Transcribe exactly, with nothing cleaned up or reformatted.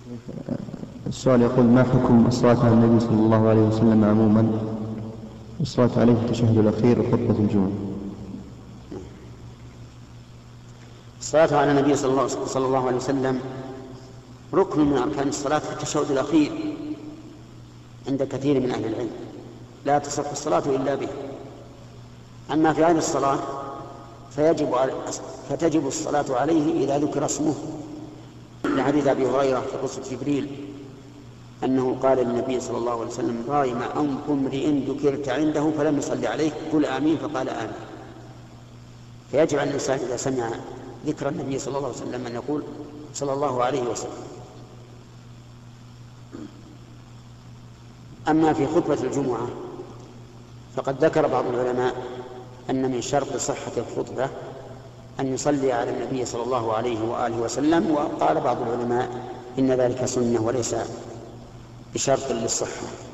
السؤال يقول: ما حكم الصلاة على النبي صلى الله عليه وسلم عموما، الصلاة عليه في التشهد الأخير وخطبة الجمعة؟ الصلاة على النبي صلى الله عليه وسلم ركن من أركان الصلاة في التشهد الأخير عند كثير من أهل العلم، لا تصح الصلاة إلا به. أما في غير الصلاة فيجب فتجب الصلاة عليه إذا ذكر اسمه، لحديث أبي هريرة في قصة جبريل أنه قال للنبي صلى الله عليه وسلم: رغم أنف امرئ ذكرت عنده فلم يصلي عليك قل آمين، فقال آمين. فيجب على الإنسان إذا سمع ذكر النبي صلى الله عليه وسلم أن يقول صلى الله عليه وسلم. أما في خطبة الجمعة فقد ذكر بعض العلماء أن من شرط صحة الخطبة أن يصلي على النبي صلى الله عليه وآله وسلم، وقال بعض العلماء إن ذلك سنة وليس بشرط للصحة.